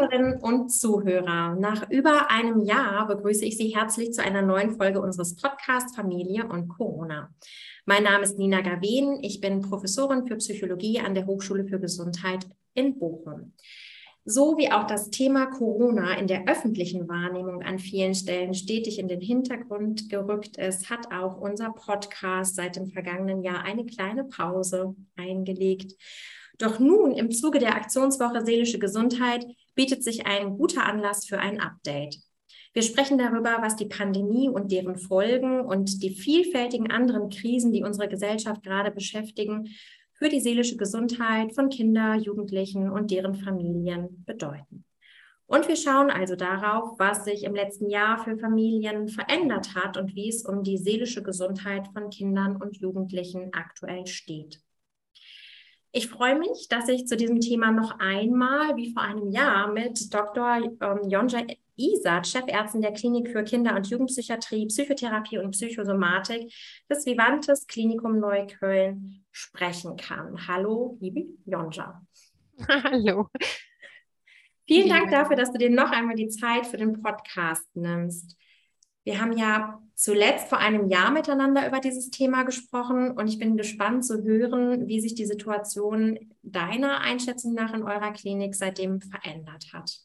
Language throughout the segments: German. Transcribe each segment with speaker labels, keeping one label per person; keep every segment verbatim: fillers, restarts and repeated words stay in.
Speaker 1: Zuhörerinnen und Zuhörer, nach über einem Jahr begrüße ich Sie herzlich zu einer neuen Folge unseres Podcasts Familie und Corona. Mein Name ist Nina Gawin, ich bin Professorin für Psychologie an der Hochschule für Gesundheit in Bochum. So wie auch das Thema Corona in der öffentlichen Wahrnehmung an vielen Stellen stetig in den Hintergrund gerückt ist, hat auch unser Podcast seit dem vergangenen Jahr eine kleine Pause eingelegt. Doch nun, im Zuge der Aktionswoche Seelische Gesundheit, bietet sich ein guter Anlass für ein Update. Wir sprechen darüber, was die Pandemie und deren Folgen und die vielfältigen anderen Krisen, die unsere Gesellschaft gerade beschäftigen, für die seelische Gesundheit von Kindern, Jugendlichen und deren Familien bedeuten. Und wir schauen also darauf, was sich im letzten Jahr für Familien verändert hat und wie es um die seelische Gesundheit von Kindern und Jugendlichen aktuell steht. Ich freue mich, dass ich zu diesem Thema noch einmal, wie vor einem Jahr, mit Doktor Ähm, Yonca Isat, Chefärztin der Klinik für Kinder- und Jugendpsychiatrie, Psychotherapie und Psychosomatik des Vivantes Klinikum Neukölln sprechen kann. Hallo, liebe Yonca.
Speaker 2: Hallo.
Speaker 1: Vielen Dank dafür, dass du dir noch einmal die Zeit für den Podcast nimmst. Wir haben ja zuletzt vor einem Jahr miteinander über dieses Thema gesprochen und ich bin gespannt zu hören, wie sich die Situation deiner Einschätzung nach in eurer Klinik seitdem verändert hat.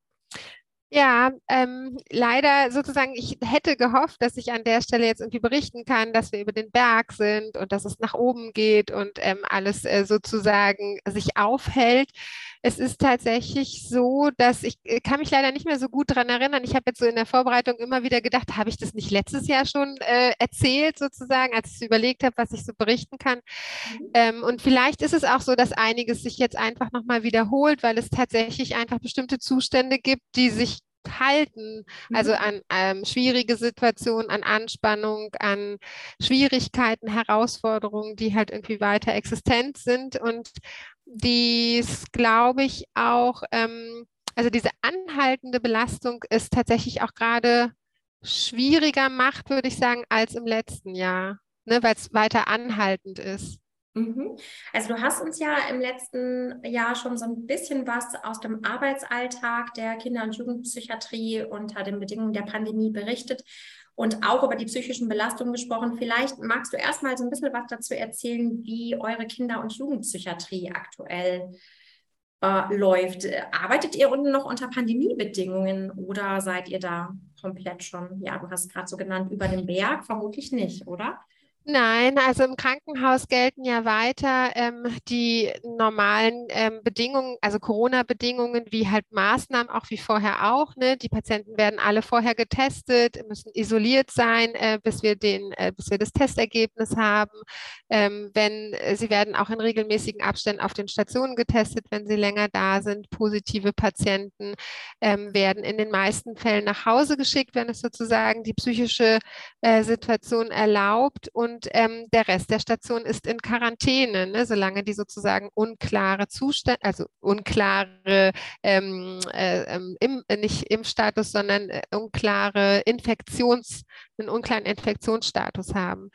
Speaker 2: Ja, ähm, leider sozusagen, ich hätte gehofft, dass ich an der Stelle jetzt irgendwie berichten kann, dass wir über den Berg sind und dass es nach oben geht und ähm, alles äh, sozusagen sich aufhält. Es ist tatsächlich so, dass ich äh, kann mich leider nicht mehr so gut daran erinnern. Ich habe jetzt so in der Vorbereitung immer wieder gedacht, habe ich das nicht letztes Jahr schon äh, erzählt sozusagen, als ich so überlegt habe, was ich so berichten kann.
Speaker 1: Mhm.
Speaker 2: Ähm, und vielleicht ist es auch so, dass einiges sich jetzt einfach nochmal wiederholt, weil es tatsächlich einfach bestimmte Zustände gibt, die sich halten, also
Speaker 1: Mhm.
Speaker 2: an ähm, schwierige Situationen, an Anspannung, an Schwierigkeiten, Herausforderungen, die halt irgendwie weiter existent sind und dies, glaube ich, auch, ähm, also diese anhaltende Belastung ist tatsächlich auch gerade schwieriger macht, würde ich sagen, als im letzten Jahr, ne, weil es weiter anhaltend ist.
Speaker 1: Mhm. Also du hast uns ja im letzten Jahr schon so ein bisschen was aus dem Arbeitsalltag der Kinder- und Jugendpsychiatrie unter den Bedingungen der Pandemie berichtet und auch über die psychischen Belastungen gesprochen. Vielleicht magst du erstmal so ein bisschen was dazu erzählen, wie eure Kinder- und Jugendpsychiatrie aktuell äh, läuft. Arbeitet ihr unten noch unter Pandemiebedingungen oder seid ihr da komplett schon, ja, du hast gerade so genannt, über dem Berg? Vermutlich nicht, oder?
Speaker 2: Nein, also im Krankenhaus gelten ja weiter ähm, die normalen ähm, Bedingungen, also Corona-Bedingungen, wie halt Maßnahmen, auch wie vorher auch. Ne? Die Patienten werden alle vorher getestet, müssen isoliert sein, äh, bis wir den, äh, bis wir das Testergebnis haben. Ähm, wenn, äh, sie werden auch in regelmäßigen Abständen auf den Stationen getestet, wenn sie länger da sind. Positive Patienten ähm, werden in den meisten Fällen nach Hause geschickt, wenn es sozusagen die psychische äh, Situation erlaubt und ähm, der Rest der Station ist in Quarantäne, ne, solange die sozusagen unklare Zustände, also unklare, ähm, äh, ähm, im, äh, nicht Impfstatus, sondern äh, unklare Infektions, einen unklaren Infektionsstatus haben.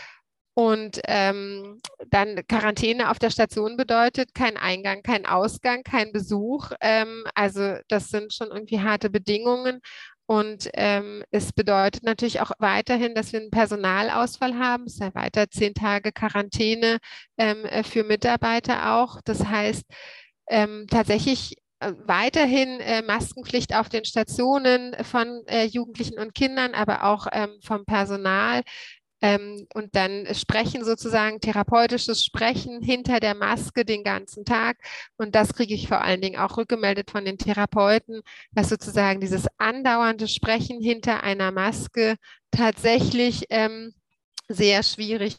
Speaker 2: Und ähm, dann Quarantäne auf der Station bedeutet kein Eingang, kein Ausgang, kein Besuch. Ähm, also das sind schon irgendwie harte Bedingungen. Und ähm, es bedeutet natürlich auch weiterhin, dass wir einen Personalausfall haben. Es ist ja weiter zehn Tage Quarantäne ähm, äh, für Mitarbeiter auch. Das heißt, ähm, tatsächlich äh, weiterhin äh, Maskenpflicht auf den Stationen von äh, Jugendlichen und Kindern, aber auch ähm, vom Personal. Ähm, und dann sprechen sozusagen, therapeutisches Sprechen hinter der Maske den ganzen Tag. Und das kriege ich vor allen Dingen auch rückgemeldet von den Therapeuten, dass sozusagen dieses andauernde Sprechen hinter einer Maske tatsächlich ähm, sehr schwierig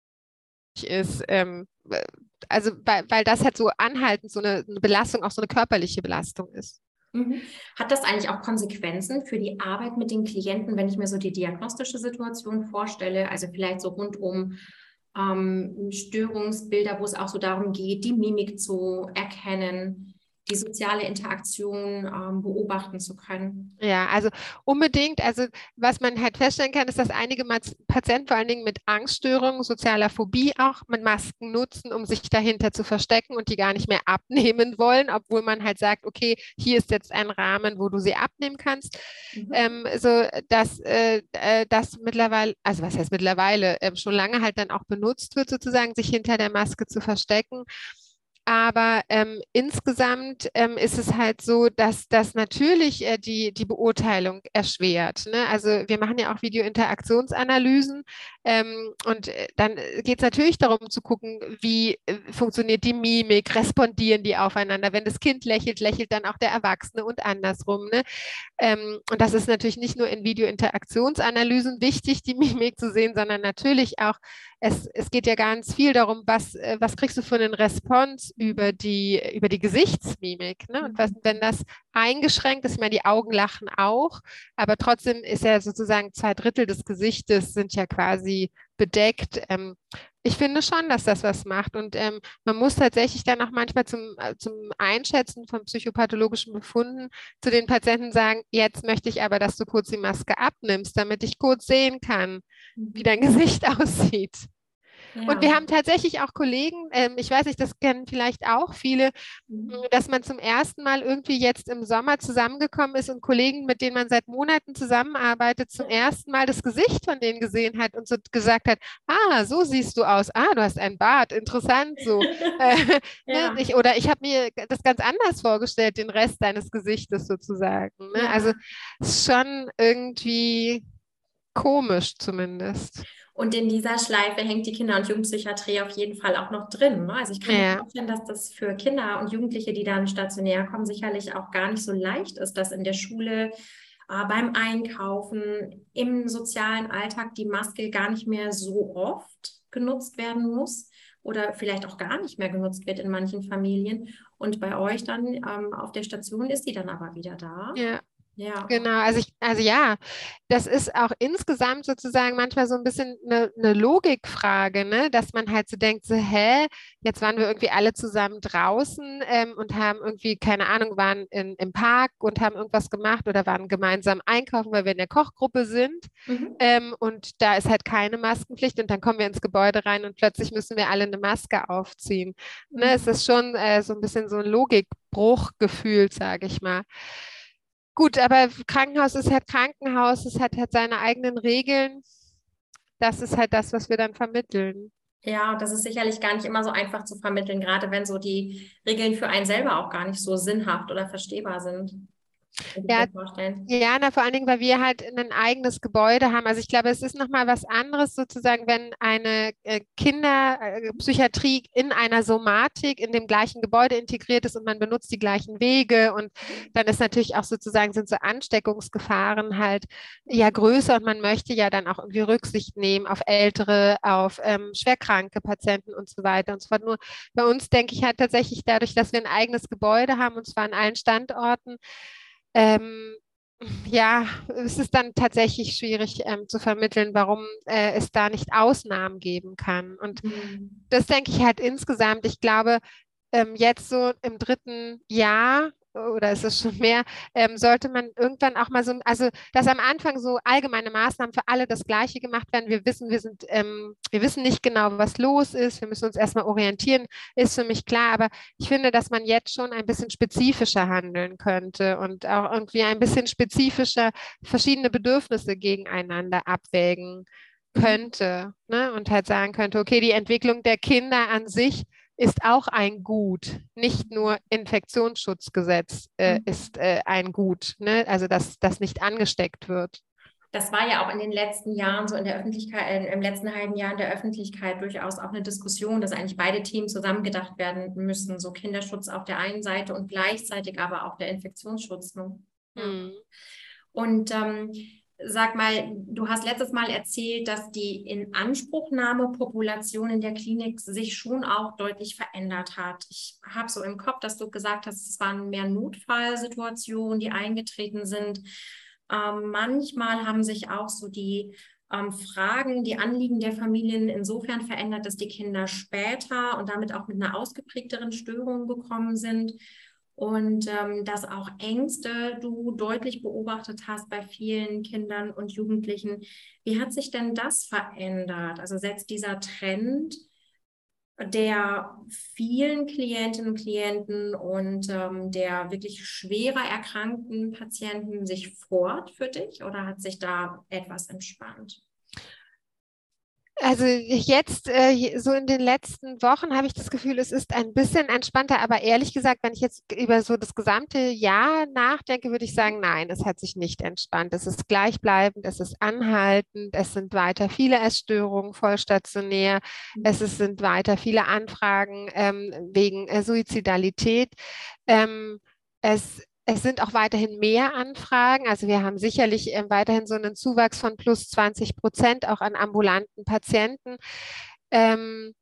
Speaker 2: ist. Ähm, äh, also weil, weil das halt so anhaltend so eine, eine Belastung, auch so eine körperliche Belastung ist.
Speaker 1: Mhm. Hat das eigentlich auch Konsequenzen für die Arbeit mit den Klienten, wenn ich mir so die diagnostische Situation vorstelle, also vielleicht so rund um ähm, Störungsbilder, wo es auch so darum geht, die Mimik zu erkennen, die soziale Interaktion ähm, beobachten zu können.
Speaker 2: Ja, also unbedingt. Also was man halt feststellen kann, ist, dass einige Maz- Patienten vor allen Dingen mit Angststörungen, sozialer Phobie auch mit Masken nutzen, um sich dahinter zu verstecken und die gar nicht mehr abnehmen wollen, obwohl man halt sagt, okay, hier ist jetzt ein Rahmen, wo du sie abnehmen kannst.
Speaker 1: Mhm.
Speaker 2: Ähm, so dass äh, äh, das mittlerweile, also was heißt mittlerweile, ähm, schon lange halt dann auch benutzt wird, sozusagen, sich hinter der Maske zu verstecken. Aber ähm, insgesamt ähm, ist es halt so, dass das natürlich äh, die, die Beurteilung erschwert. Ne? Also wir machen ja auch Videointeraktionsanalysen ähm, und äh, dann geht es natürlich darum zu gucken, wie äh, funktioniert die Mimik, respondieren die aufeinander. Wenn das Kind lächelt, lächelt dann auch der Erwachsene und andersrum. Ne? Ähm, und das ist natürlich nicht nur in Videointeraktionsanalysen wichtig, die Mimik zu sehen, sondern natürlich auch, es, es geht ja ganz viel darum, was, äh, was kriegst du für einen Response über die, über die Gesichtsmimik. Ne? Und was, wenn das eingeschränkt ist, ich meine, die Augen lachen auch, aber trotzdem ist ja sozusagen zwei Drittel des Gesichtes sind ja quasi bedeckt. Ähm, ich finde schon, dass das was macht. Und ähm, man muss tatsächlich dann auch manchmal zum, äh, zum Einschätzen von psychopathologischen Befunden zu den Patienten sagen, jetzt möchte ich aber, dass du kurz die Maske abnimmst, damit ich kurz sehen kann, wie
Speaker 1: Mhm.
Speaker 2: dein Gesicht aussieht. Und wir
Speaker 1: Ja.
Speaker 2: haben tatsächlich auch Kollegen, ähm, ich weiß nicht, das kennen vielleicht auch viele,
Speaker 1: Mhm.
Speaker 2: mh, dass man zum ersten Mal irgendwie jetzt im Sommer zusammengekommen ist und Kollegen, mit denen man seit Monaten zusammenarbeitet, zum ersten Mal das Gesicht von denen gesehen hat und so gesagt hat, ah, so siehst du aus, ah, du hast einen Bart, interessant so. Äh, ne,
Speaker 1: Ja.
Speaker 2: ich, oder ich habe mir das ganz anders vorgestellt, den Rest deines Gesichtes sozusagen. Ne? Also
Speaker 1: Ja.
Speaker 2: es ist schon irgendwie komisch zumindest.
Speaker 1: Und in dieser Schleife hängt die Kinder- und Jugendpsychiatrie auf jeden Fall auch noch drin. Ne? Also ich kann mir
Speaker 2: Ja.
Speaker 1: vorstellen, dass das für Kinder und Jugendliche, die dann stationär kommen, sicherlich auch gar nicht so leicht ist, dass in der Schule, äh, beim Einkaufen, im sozialen Alltag die Maske gar nicht mehr so oft genutzt werden muss oder vielleicht auch gar nicht mehr genutzt wird in manchen Familien. Und bei euch dann ähm, auf der Station ist die dann aber wieder da.
Speaker 2: Ja.
Speaker 1: Ja,
Speaker 2: Genau, also ich, also ja, das ist auch insgesamt sozusagen manchmal so ein bisschen eine, eine Logikfrage, ne? Dass man halt so denkt, so, hä, jetzt waren wir irgendwie alle zusammen draußen ähm, und haben irgendwie, keine Ahnung, waren in, im Park und haben irgendwas gemacht oder waren gemeinsam einkaufen, weil wir in der Kochgruppe sind.
Speaker 1: mhm.
Speaker 2: Ähm, und da ist halt keine Maskenpflicht und dann kommen wir ins Gebäude rein und plötzlich müssen wir alle eine Maske aufziehen. Ne? Es
Speaker 1: Mhm.
Speaker 2: ist schon äh, so ein bisschen so ein Logikbruch gefühlt, sage ich mal. Gut, aber Krankenhaus ist halt Krankenhaus, es hat halt seine eigenen Regeln. Das ist halt das, was wir dann vermitteln.
Speaker 1: Ja, und das ist sicherlich gar nicht immer so einfach zu vermitteln, gerade wenn so die Regeln für einen selber auch gar nicht so sinnhaft oder verstehbar sind. Kann ich
Speaker 2: Ja,
Speaker 1: mir vorstellen.
Speaker 2: ja, na, vor allen Dingen, weil wir halt ein eigenes Gebäude haben. Also ich glaube, es ist nochmal was anderes sozusagen, wenn eine äh, Kinderpsychiatrie in einer Somatik in dem gleichen Gebäude integriert ist und man benutzt die gleichen Wege und dann ist natürlich auch sozusagen, sind so Ansteckungsgefahren halt ja größer und man möchte ja dann auch irgendwie Rücksicht nehmen auf ältere, auf ähm, schwerkranke Patienten und so weiter und so fort. Nur bei uns denke ich halt tatsächlich dadurch, dass wir ein eigenes Gebäude haben und zwar an allen Standorten, ähm, ja, es ist dann tatsächlich schwierig ähm, zu vermitteln, warum äh, es da nicht Ausnahmen geben kann. Und
Speaker 1: Mhm.
Speaker 2: das denke ich halt insgesamt. Ich glaube, ähm, jetzt so im dritten Jahr oder ist es schon mehr, ähm, sollte man irgendwann auch mal so, also dass am Anfang so allgemeine Maßnahmen für alle das Gleiche gemacht werden. Wir wissen, wir sind, ähm, wir wissen nicht genau, was los ist. Wir müssen uns erstmal orientieren, ist für mich klar. Aber ich finde, dass man jetzt schon ein bisschen spezifischer handeln könnte und auch irgendwie ein bisschen spezifischer verschiedene Bedürfnisse gegeneinander abwägen
Speaker 1: Mhm.
Speaker 2: könnte, ne? Und halt sagen könnte, okay, die Entwicklung der Kinder an sich ist auch ein Gut. Nicht nur Infektionsschutzgesetz äh,
Speaker 1: Mhm.
Speaker 2: ist äh, ein Gut, ne? Also dass das nicht angesteckt wird.
Speaker 1: Das war ja auch in den letzten Jahren so in der Öffentlichkeit, äh, im letzten halben Jahr in der Öffentlichkeit durchaus auch eine Diskussion, dass eigentlich beide Themen zusammengedacht werden müssen. So Kinderschutz auf der einen Seite und gleichzeitig aber auch der Infektionsschutz. Ne? Ja.
Speaker 2: Hm.
Speaker 1: Und ähm, sag mal, du hast letztes Mal erzählt, dass die Inanspruchnahmepopulation in der Klinik sich schon auch deutlich verändert hat. Ich habe so im Kopf, dass du gesagt hast, es waren mehr Notfallsituationen, die eingetreten sind. Ähm, manchmal haben sich auch so die ähm, Fragen, die Anliegen der Familien insofern verändert, dass die Kinder später und damit auch mit einer ausgeprägteren Störung gekommen sind. und ähm, dass auch Ängste du deutlich beobachtet hast bei vielen Kindern und Jugendlichen. Wie hat sich denn das verändert? Also setzt dieser Trend der vielen Klientinnen und Klienten und ähm, der wirklich schwerer erkrankten Patienten sich fort für dich oder hat sich da etwas entspannt?
Speaker 2: Also jetzt, äh, so in den letzten Wochen habe ich das Gefühl, es ist ein bisschen entspannter, aber ehrlich gesagt, wenn ich jetzt über so das gesamte Jahr nachdenke, würde ich sagen, nein, es hat sich nicht entspannt. Es ist gleichbleibend, es ist anhaltend, es sind weiter viele Essstörungen vollstationär, es ist, sind weiter viele Anfragen ähm, wegen äh, Suizidalität. Ähm, es Es sind auch weiterhin mehr Anfragen. Also wir haben sicherlich äh, weiterhin so einen Zuwachs von plus zwanzig Prozent auch an ambulanten Patienten. Ähm,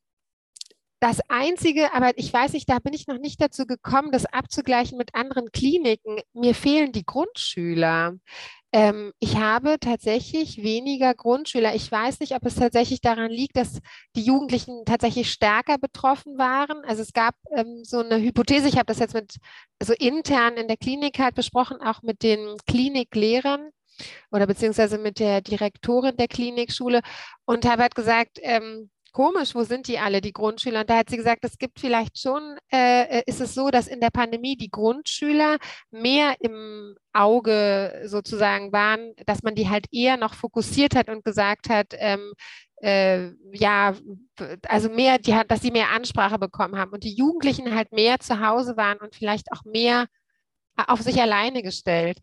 Speaker 2: das Einzige, aber ich weiß nicht, da bin ich noch nicht dazu gekommen, das abzugleichen mit anderen Kliniken. Mir fehlen die Grundschüler. Ähm, ich habe tatsächlich weniger Grundschüler. Ich weiß nicht, ob es tatsächlich daran liegt, dass die Jugendlichen tatsächlich stärker betroffen waren. Also es gab ähm, so eine Hypothese, ich habe das jetzt mit, also intern in der Klinik halt besprochen, auch mit den Kliniklehrern oder beziehungsweise mit der Direktorin der Klinikschule und habe halt gesagt, ähm, komisch, wo sind die alle, die Grundschüler? Und da hat sie gesagt, es gibt vielleicht schon, äh, ist es so, dass in der Pandemie die Grundschüler mehr im Auge sozusagen waren, dass man die halt eher noch fokussiert hat und gesagt hat, ähm, äh, ja, also mehr, die hat, dass sie mehr Ansprache bekommen haben und die Jugendlichen halt mehr zu Hause waren und vielleicht auch mehr auf sich alleine gestellt.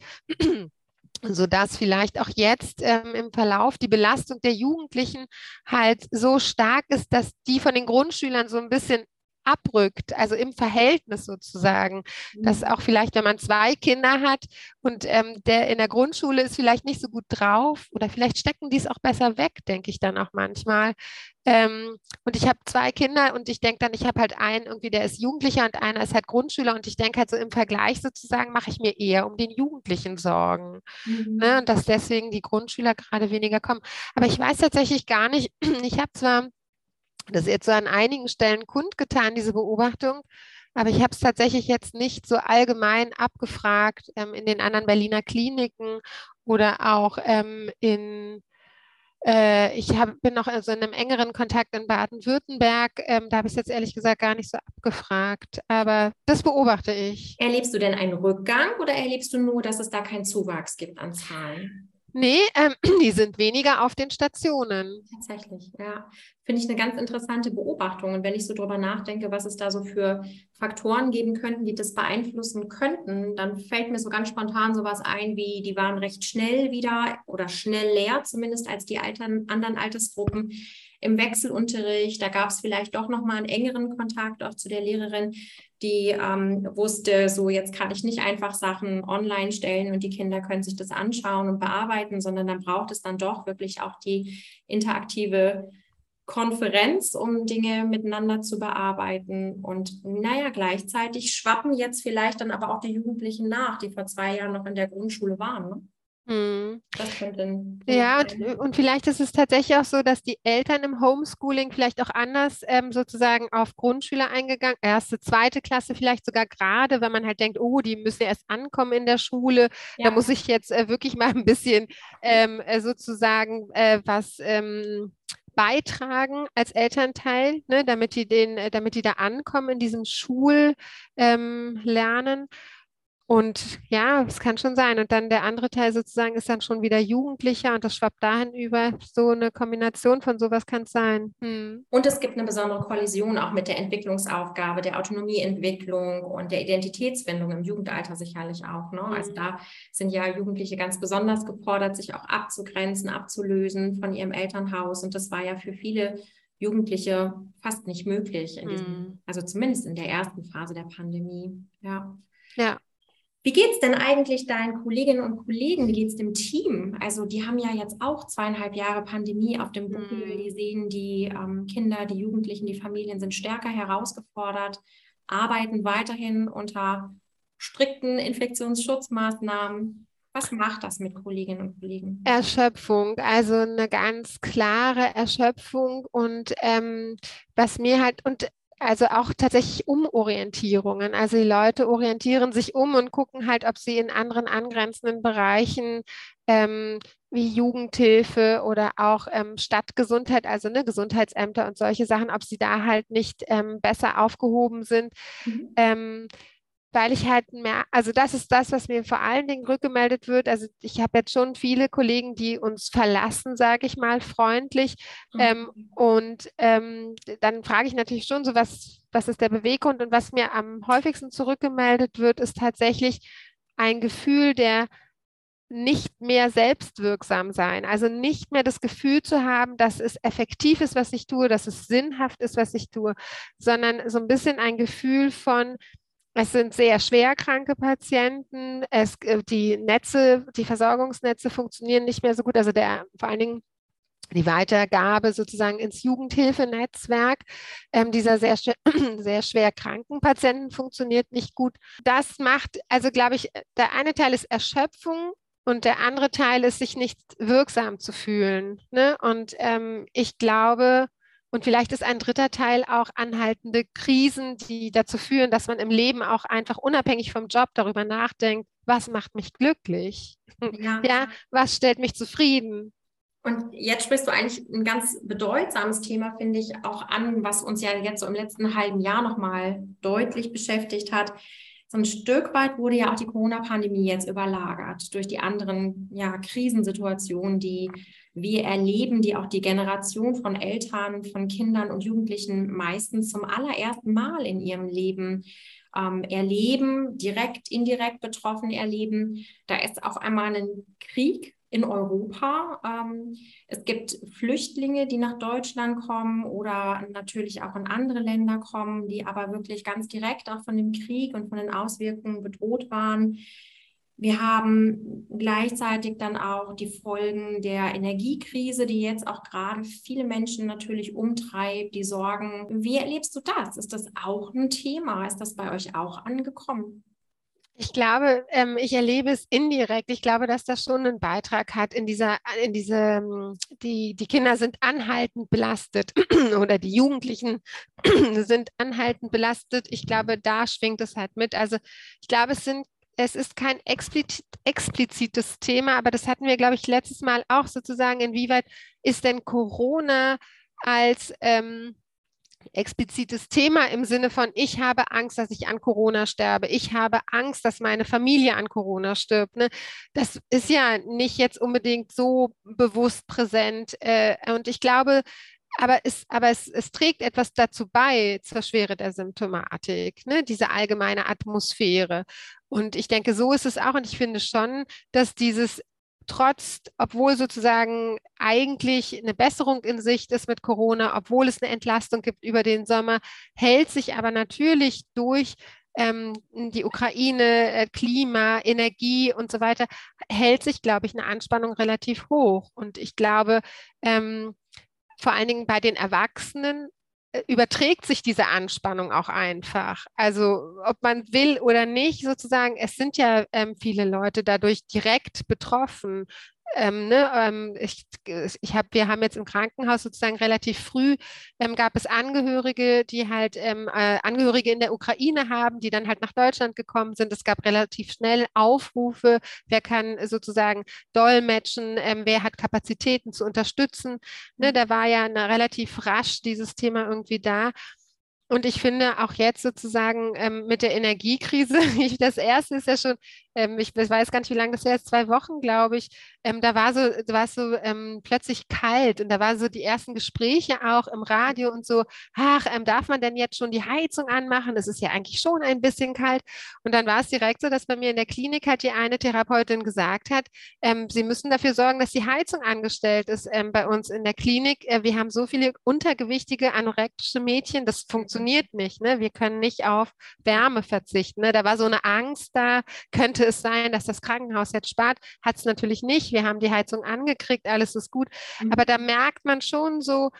Speaker 2: Sodass vielleicht auch jetzt ähm, im Verlauf die Belastung der Jugendlichen halt so stark ist, dass die von den Grundschülern so ein bisschen abrückt, also im Verhältnis sozusagen, dass auch vielleicht, wenn man zwei Kinder hat und ähm, der in der Grundschule ist vielleicht nicht so gut drauf oder vielleicht stecken die es auch besser weg, denke ich dann auch manchmal. Ähm, und ich habe zwei Kinder und ich denke dann, ich habe halt einen irgendwie, der ist Jugendlicher und einer ist halt Grundschüler und ich denke halt so im Vergleich sozusagen mache ich mir eher um den Jugendlichen Sorgen, ne?
Speaker 1: Mhm.
Speaker 2: Und dass deswegen die Grundschüler gerade weniger kommen. Aber ich weiß tatsächlich gar nicht, ich habe zwar das jetzt so an einigen Stellen kundgetan, diese Beobachtung, aber ich habe es tatsächlich jetzt nicht so allgemein abgefragt ähm, in den anderen Berliner Kliniken oder auch ähm, in äh, ich hab, bin noch also in einem engeren Kontakt in Baden-Württemberg. Ähm, da habe ich es jetzt ehrlich gesagt gar nicht so abgefragt, aber das beobachte ich.
Speaker 1: Erlebst du denn einen Rückgang oder erlebst du nur, dass es da keinen Zuwachs gibt an Zahlen?
Speaker 2: Nee, ähm, die sind weniger auf den Stationen.
Speaker 1: Tatsächlich, ja. Finde ich eine ganz interessante Beobachtung. Und wenn ich so drüber nachdenke, was es da so für Faktoren geben könnten, die das beeinflussen könnten, dann fällt mir so ganz spontan sowas ein, wie die waren recht schnell wieder oder schnell leer, zumindest als die Altern, anderen Altersgruppen im Wechselunterricht. Da gab es vielleicht doch nochmal einen engeren Kontakt auch zu der Lehrerin, die ähm, wusste, so jetzt kann ich nicht einfach Sachen online stellen und die Kinder können sich das anschauen und bearbeiten, sondern dann braucht es dann doch wirklich auch die interaktive Konferenz, um Dinge miteinander zu bearbeiten. Und naja, gleichzeitig schwappen jetzt vielleicht dann aber auch die Jugendlichen nach, die vor zwei Jahren noch in der Grundschule waren. Ne?
Speaker 2: Hm.
Speaker 1: Das könnte ein Punkt
Speaker 2: Ja, und,
Speaker 1: sein.
Speaker 2: und vielleicht ist es tatsächlich auch so, dass die Eltern im Homeschooling vielleicht auch anders ähm, sozusagen auf Grundschüler eingegangen, erste, zweite Klasse vielleicht sogar gerade, wenn man halt denkt, oh, die müssen ja erst ankommen in der Schule, da muss
Speaker 1: Ja.
Speaker 2: ich jetzt äh, wirklich mal ein bisschen ähm, äh, sozusagen äh, was ähm, beitragen als Elternteil, ne, damit die den, äh, damit die da ankommen in diesem Schullernen. Ähm, Lernen. Und ja, es kann schon sein. Und dann der andere Teil sozusagen ist dann schon wieder Jugendlicher und das schwappt dahin über. So eine Kombination von sowas kann es sein. Hm.
Speaker 1: Und es gibt eine besondere Kollision auch mit der Entwicklungsaufgabe, der Autonomieentwicklung und der Identitätsfindung im Jugendalter sicherlich auch. Ne? Also
Speaker 2: Hm.
Speaker 1: da sind ja Jugendliche ganz besonders gefordert, sich auch abzugrenzen, abzulösen von ihrem Elternhaus. Und das war ja für viele Jugendliche fast nicht möglich in diesem,
Speaker 2: Hm.
Speaker 1: also zumindest in der ersten Phase der Pandemie. Ja.
Speaker 2: Ja.
Speaker 1: Wie geht es denn eigentlich deinen Kolleginnen und Kollegen? Wie geht es dem Team? Also die haben ja jetzt auch zweieinhalb Jahre Pandemie auf dem Buckel. Die
Speaker 2: Hm.
Speaker 1: sehen, die ähm, Kinder, die Jugendlichen, die Familien sind stärker herausgefordert, arbeiten weiterhin unter strikten Infektionsschutzmaßnahmen. Was macht das mit Kolleginnen und Kollegen?
Speaker 2: Erschöpfung, also eine ganz klare Erschöpfung und ähm, was mir halt, und also auch tatsächlich Umorientierungen. Also die Leute orientieren sich um und gucken halt, ob sie in anderen angrenzenden Bereichen ähm, wie Jugendhilfe oder auch ähm, Stadtgesundheit, also ne, Gesundheitsämter und solche Sachen, ob sie da halt nicht ähm, besser aufgehoben sind.
Speaker 1: Mhm.
Speaker 2: Ähm, weil ich halt mehr, also das ist das, was mir vor allen Dingen rückgemeldet wird. Also ich habe jetzt schon viele Kollegen, die uns verlassen, sage ich mal, freundlich. Ähm,
Speaker 1: Okay.
Speaker 2: und ähm, dann frage ich natürlich schon so, was, was ist der Beweggrund? Und was mir am häufigsten zurückgemeldet wird, ist tatsächlich ein Gefühl der nicht mehr selbstwirksam sein. Also nicht mehr das Gefühl zu haben, dass es effektiv ist, was ich tue, dass es sinnhaft ist, was ich tue, sondern so ein bisschen ein Gefühl von, es sind sehr schwerkranke Patienten. Es, äh, die Netze, die Versorgungsnetze funktionieren nicht mehr so gut. Also der, vor allen Dingen die Weitergabe sozusagen ins Jugendhilfenetzwerk ähm, dieser sehr, schwer- sehr schwer kranken Patienten funktioniert nicht gut. Das macht, also glaube ich, der eine Teil ist Erschöpfung und der andere Teil ist, sich nicht wirksam zu fühlen. Ne? Und ähm, ich glaube, und vielleicht ist ein dritter Teil auch anhaltende Krisen, die dazu führen, dass man im Leben auch einfach unabhängig vom Job darüber nachdenkt, was macht mich glücklich?
Speaker 1: Ja.
Speaker 2: Ja, was stellt mich zufrieden?
Speaker 1: Und jetzt sprichst du eigentlich ein ganz bedeutsames Thema, finde ich, auch an, was uns ja jetzt so im letzten halben Jahr nochmal deutlich beschäftigt hat. So ein Stück weit wurde ja auch die Corona-Pandemie jetzt überlagert durch die anderen, ja, Krisensituationen, die wir erleben, die auch die Generation von Eltern, von Kindern und Jugendlichen meistens zum allerersten Mal in ihrem Leben ähm, erleben, direkt, indirekt betroffen erleben. Da ist auf einmal ein Krieg in Europa. Ähm, es gibt Flüchtlinge, die nach Deutschland kommen oder natürlich auch in andere Länder kommen, die aber wirklich ganz direkt auch von dem Krieg und von den Auswirkungen bedroht waren. Wir haben gleichzeitig dann auch die Folgen der Energiekrise, die jetzt auch gerade viele Menschen natürlich umtreibt, die Sorgen. Wie erlebst du das? Ist das auch ein Thema? Ist das bei euch auch angekommen?
Speaker 2: Ich glaube, ähm, ich erlebe es indirekt. Ich glaube, dass das schon einen Beitrag hat in dieser, in diese, ähm, die, die Kinder sind anhaltend belastet oder die Jugendlichen sind anhaltend belastet. Ich glaube, da schwingt es halt mit. Also ich glaube, es sind, es ist kein explizit, explizites Thema, aber das hatten wir, glaube ich, letztes Mal auch sozusagen, inwieweit ist denn Corona als ähm, explizites Thema im Sinne von, ich habe Angst, dass ich an Corona sterbe. Ich habe Angst, dass meine Familie an Corona stirbt. Ne? Das ist ja nicht jetzt unbedingt so bewusst präsent. Äh, und ich glaube, aber, es, aber es, es trägt etwas dazu bei zur Schwere der Symptomatik, ne? Diese allgemeine Atmosphäre. Und ich denke, so ist es auch. Und ich finde schon, dass dieses trotz, obwohl sozusagen eigentlich eine Besserung in Sicht ist mit Corona, obwohl es eine Entlastung gibt über den Sommer, hält sich aber natürlich durch ähm, die Ukraine, äh, Klima, Energie und so weiter, hält sich, glaube ich, eine Anspannung relativ hoch. Und ich glaube, ähm, vor allen Dingen bei den Erwachsenen äh, überträgt sich diese Anspannung auch einfach. Also ob man will oder nicht, sozusagen, es sind ja ähm, viele Leute dadurch direkt betroffen. Ähm, ne, ähm, ich, ich hab, wir haben jetzt im Krankenhaus sozusagen relativ früh, ähm, gab es Angehörige, die halt ähm, äh, Angehörige in der Ukraine haben, die dann halt nach Deutschland gekommen sind. Es gab relativ schnell Aufrufe, wer kann sozusagen dolmetschen, ähm, wer hat Kapazitäten zu unterstützen. Ne, da war ja eine, relativ rasch dieses Thema irgendwie da. Und ich finde auch jetzt sozusagen ähm, mit der Energiekrise, ich, das erste ist ja schon, ähm, ich weiß gar nicht, wie lange das her ist, zwei Wochen, glaube ich, ähm, da war so, da war es so ähm, plötzlich kalt und da waren so die ersten Gespräche auch im Radio und so, ach, ähm, darf man denn jetzt schon die Heizung anmachen? Es ist ja eigentlich schon ein bisschen kalt. Und dann war es direkt so, dass bei mir in der Klinik halt die eine Therapeutin gesagt hat, ähm, sie müssen dafür sorgen, dass die Heizung angestellt ist ähm, bei uns in der Klinik. Äh, wir haben so viele untergewichtige, anorektische Mädchen, das funktioniert nicht. Ne? Wir können nicht auf Wärme verzichten. Ne? Da war so eine Angst da, könnte es sein, dass das Krankenhaus jetzt spart? Hat es natürlich nicht. Wir haben die Heizung angekriegt, alles ist gut. Aber
Speaker 1: Mhm.
Speaker 2: da merkt man schon so,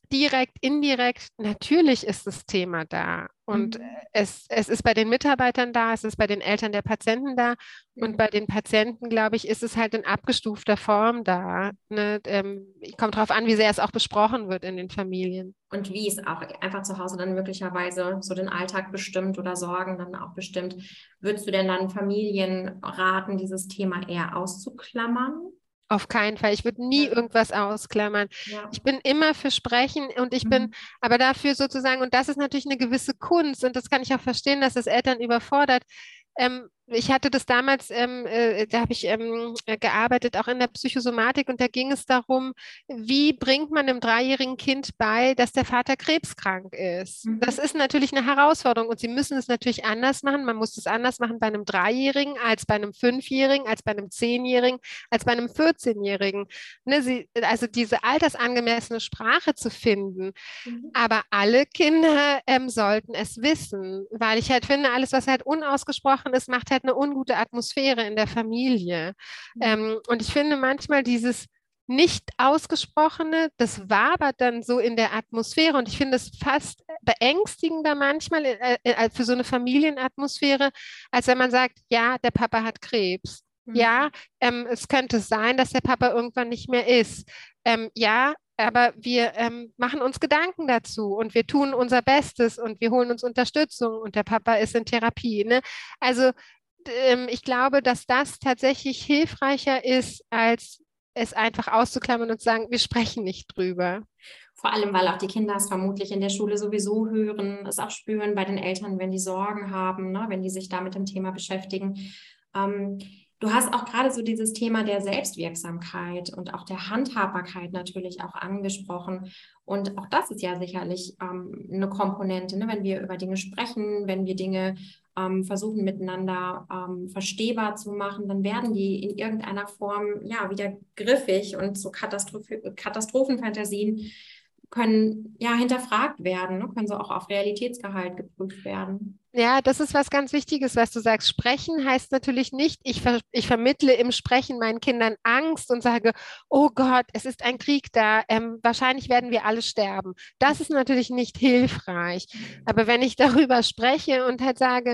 Speaker 2: direkt, indirekt, natürlich ist das Thema da. Und
Speaker 1: Mhm.
Speaker 2: es, es ist bei den Mitarbeitern da, es ist bei den Eltern der Patienten da. Und
Speaker 1: Mhm.
Speaker 2: bei den Patienten, glaube ich, ist es halt in abgestufter Form da. Ne? Ähm, kommt darauf an, wie sehr es auch besprochen wird in den Familien.
Speaker 1: Und wie es auch einfach zu Hause dann möglicherweise so den Alltag bestimmt oder Sorgen dann auch bestimmt. Würdest du denn dann Familien raten, dieses Thema eher auszuklammern?
Speaker 2: Auf keinen Fall. Ich würde nie
Speaker 1: Ja,
Speaker 2: irgendwas ausklammern.
Speaker 1: ja.
Speaker 2: Ich bin immer für Sprechen und ich bin
Speaker 1: Mhm.
Speaker 2: aber dafür sozusagen, und das ist natürlich eine gewisse Kunst und das kann ich auch verstehen, dass das Eltern überfordert. Ähm, ich hatte das damals, ähm, äh, da habe ich ähm, äh, gearbeitet, auch in der Psychosomatik und da ging es darum, wie bringt man einem dreijährigen Kind bei, dass der Vater krebskrank ist. Das
Speaker 1: Mhm.
Speaker 2: ist natürlich eine Herausforderung und sie müssen es natürlich anders machen. Man muss es anders machen bei einem Dreijährigen als bei einem Fünfjährigen, als bei einem Zehnjährigen, als bei einem vierzehn-Jährigen. Ne, sie, also diese altersangemessene Sprache zu finden.
Speaker 1: Mhm.
Speaker 2: Aber alle Kinder ähm, sollten es wissen, weil ich halt finde, alles, was halt unausgesprochen ist, macht halt eine ungute Atmosphäre in der Familie.
Speaker 1: Mhm.
Speaker 2: Ähm, und ich finde manchmal dieses nicht ausgesprochene, das wabert dann so in der Atmosphäre und ich finde es fast beängstigender manchmal äh, äh, für so eine Familienatmosphäre, als wenn man sagt, ja, der Papa hat Krebs. Ja,
Speaker 1: Mhm.
Speaker 2: ähm, es könnte sein, dass der Papa irgendwann nicht mehr ist. Ähm, ja, aber wir ähm, machen uns Gedanken dazu und wir tun unser Bestes und wir holen uns Unterstützung und der Papa ist in Therapie. Ne? Also ähm, ich glaube, dass das tatsächlich hilfreicher ist, als es einfach auszuklammern und zu sagen, wir sprechen nicht drüber.
Speaker 1: Vor allem, weil auch die Kinder es vermutlich in der Schule sowieso hören, es auch spüren bei den Eltern, wenn die Sorgen haben, ne, wenn die sich da mit dem Thema beschäftigen. Ähm, du hast auch gerade so dieses Thema der Selbstwirksamkeit und auch der Handhabbarkeit natürlich auch angesprochen. Und auch das ist ja sicherlich ähm, eine Komponente, ne, wenn wir über Dinge sprechen, wenn wir Dinge ähm, versuchen miteinander ähm, verstehbar zu machen, dann werden die in irgendeiner Form ja wieder griffig und so Katastroph Katastrophenfantasien können ja hinterfragt werden, ne? Können so auch auf Realitätsgehalt geprüft werden.
Speaker 2: Ja, das ist was ganz Wichtiges, was du sagst. Sprechen heißt natürlich nicht, ich, ver ich vermittle im Sprechen meinen Kindern Angst und sage, oh Gott, es ist ein Krieg da, ähm, wahrscheinlich werden wir alle sterben. Das ist natürlich nicht hilfreich. Aber wenn ich darüber spreche und halt sage,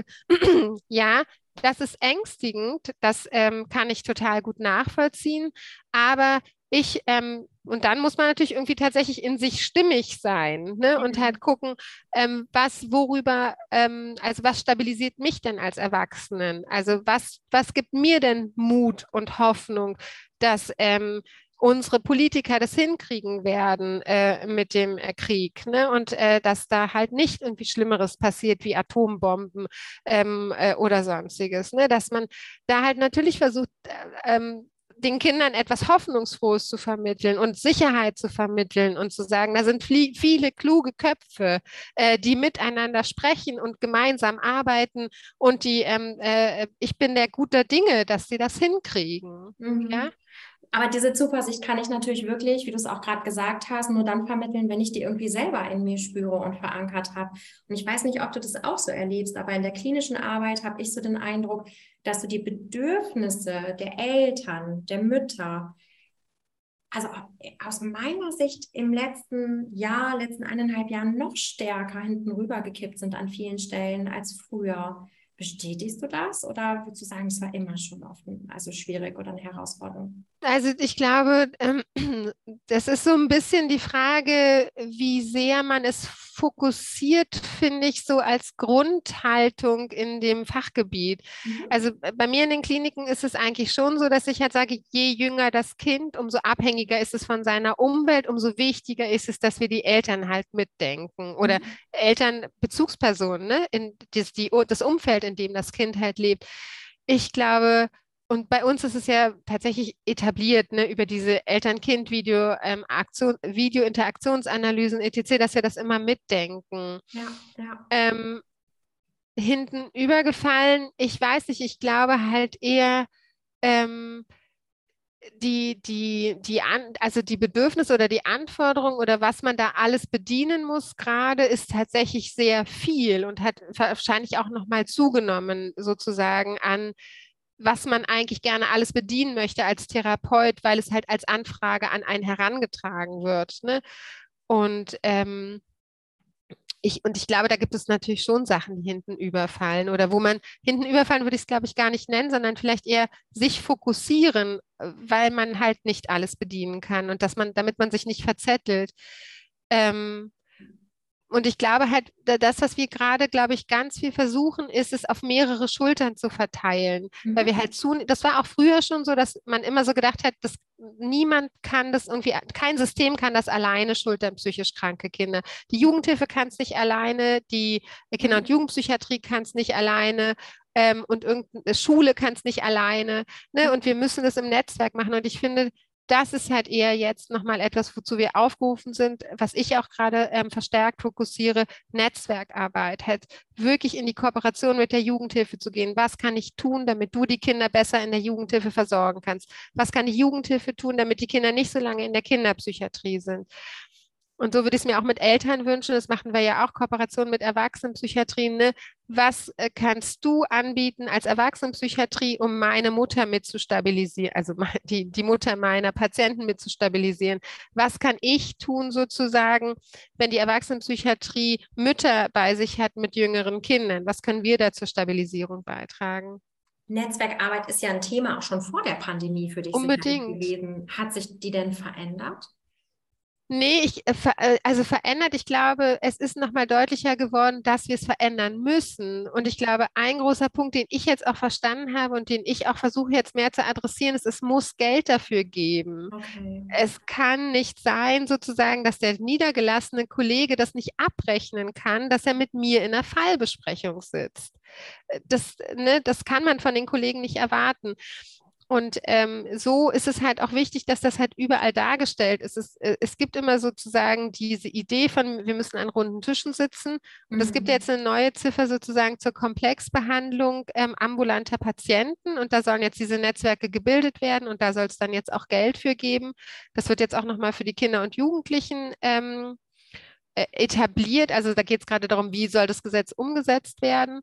Speaker 2: ja, das ist ängstigend, das ähm, kann ich total gut nachvollziehen, aber ich, ähm, und dann muss man natürlich irgendwie tatsächlich in sich stimmig sein, ne? Und halt
Speaker 1: Mhm.
Speaker 2: gucken, ähm, was, worüber, ähm, also was stabilisiert mich denn als Erwachsenen? Also was, was gibt mir denn Mut und Hoffnung, dass ähm, unsere Politiker das hinkriegen werden äh, mit dem äh, Krieg, ne? Und äh, dass da halt nicht irgendwie Schlimmeres passiert wie Atombomben ähm, äh, oder sonstiges, ne? Dass man da halt natürlich versucht, äh, ähm, den Kindern etwas Hoffnungsfrohes zu vermitteln und Sicherheit zu vermitteln und zu sagen, da sind flie- viele kluge Köpfe, äh, die miteinander sprechen und gemeinsam arbeiten und die, ähm, äh, ich bin der guter Dinge, dass sie das hinkriegen. Ja?
Speaker 1: Mhm. Aber diese Zuversicht kann ich natürlich wirklich, wie du es auch gerade gesagt hast, nur dann vermitteln, wenn ich die irgendwie selber in mir spüre und verankert habe. Und ich weiß nicht, ob du das auch so erlebst, aber in der klinischen Arbeit habe ich so den Eindruck, dass du die Bedürfnisse der Eltern, der Mütter, also aus meiner Sicht im letzten Jahr, letzten eineinhalb Jahren noch stärker hinten rübergekippt sind an vielen Stellen als früher. Bestätigst du das oder würdest du sagen, es war immer schon offen, also schwierig oder eine Herausforderung?
Speaker 2: Also ich glaube, ähm, das ist so ein bisschen die Frage, wie sehr man es fokussiert, finde ich, so als Grundhaltung in dem Fachgebiet.
Speaker 1: Mhm.
Speaker 2: Also äh, bei mir in den Kliniken ist es eigentlich schon so, dass ich halt sage, je jünger das Kind, umso abhängiger ist es von seiner Umwelt, umso wichtiger ist es, dass wir die Eltern halt mitdenken oder
Speaker 1: Mhm.
Speaker 2: Elternbezugspersonen, ne, in das, die, das Umfeld, in dem das Kind halt lebt. Ich glaube, und bei uns ist es ja tatsächlich etabliert, ne, über diese Eltern-Kind-Video, ähm, Aktion, Video-Interaktionsanalysen et cetera, dass wir das immer mitdenken.
Speaker 1: Ja, ja.
Speaker 2: Ähm, hinten übergefallen, ich weiß nicht, ich glaube halt eher, ähm, die, die, die an, also die Bedürfnisse oder die Anforderungen oder was man da alles bedienen muss gerade, ist tatsächlich sehr viel und hat wahrscheinlich auch nochmal zugenommen, sozusagen an was man eigentlich gerne alles bedienen möchte als Therapeut, weil es halt als Anfrage an einen herangetragen wird. Ne? Und ähm, Ich, und ich glaube, da gibt es natürlich schon Sachen, die hinten überfallen oder wo man hinten überfallen würde ich es, glaube ich, gar nicht nennen, sondern vielleicht eher sich fokussieren, äh, weil man halt nicht alles bedienen kann und dass man, damit man sich nicht verzettelt. Ähm, und ich glaube halt, da- das, was wir gerade, glaube ich, ganz viel versuchen, ist es auf mehrere Schultern zu verteilen. Weil wir
Speaker 1: Mhm.
Speaker 2: halt zu, das war auch früher schon so, dass man immer so gedacht hat, dass niemand kann das irgendwie, kein System kann das alleine schultern, psychisch kranke Kinder. Die Jugendhilfe kann es nicht alleine, die Kinder- und
Speaker 1: Mhm.
Speaker 2: Jugendpsychiatrie kann es nicht alleine. Ähm, und irgendeine Schule kann es nicht alleine. Ne? Und wir müssen das im Netzwerk machen. Und ich finde, das ist halt eher jetzt nochmal etwas, wozu wir aufgerufen sind, was ich auch gerade ähm, verstärkt fokussiere, Netzwerkarbeit, halt wirklich in die Kooperation mit der Jugendhilfe zu gehen. Was kann ich tun, damit du die Kinder besser in der Jugendhilfe versorgen kannst? Was kann die Jugendhilfe tun, damit die Kinder nicht so lange in der Kinderpsychiatrie sind? Und so würde ich es mir auch mit Eltern wünschen. Das machen wir ja auch, Kooperation mit Erwachsenenpsychiatrien. Ne? Was äh, kannst du anbieten als Erwachsenenpsychiatrie, um meine Mutter mit zu stabilisieren, also me- die, die Mutter meiner Patienten mit zu stabilisieren? Was kann ich tun sozusagen, wenn die Erwachsenenpsychiatrie Mütter bei sich hat mit jüngeren Kindern? Was können wir da zur Stabilisierung beitragen?
Speaker 1: Netzwerkarbeit ist ja ein Thema auch schon vor der Pandemie für dich sicherlich
Speaker 2: Unbedingt.
Speaker 1: gewesen. Hat sich die denn verändert?
Speaker 2: Nee, ich, äh, ver äh, also verändert, ich glaube, es ist nochmal deutlicher geworden, dass wir es verändern müssen. Und ich glaube, ein großer Punkt, den ich jetzt auch verstanden habe und den ich auch versuche jetzt mehr zu adressieren, ist, es muss Geld dafür geben.
Speaker 1: Okay.
Speaker 2: Es kann nicht sein, sozusagen, dass der niedergelassene Kollege das nicht abrechnen kann, dass er mit mir in einer Fallbesprechung sitzt. Äh, Das, ne, das kann man von den Kollegen nicht erwarten. Und ähm, so ist es halt auch wichtig, dass das halt überall dargestellt ist. Es, äh, es gibt immer sozusagen diese Idee von, wir müssen an runden Tischen sitzen. Und es gibt
Speaker 1: Mhm.
Speaker 2: jetzt eine neue Ziffer sozusagen zur Komplexbehandlung ähm, ambulanter Patienten. Und da sollen jetzt diese Netzwerke gebildet werden und da soll es dann jetzt auch Geld für geben. Das wird jetzt auch nochmal für die Kinder und Jugendlichen ähm, äh, etabliert. Also da geht es gerade darum, wie soll das Gesetz umgesetzt werden.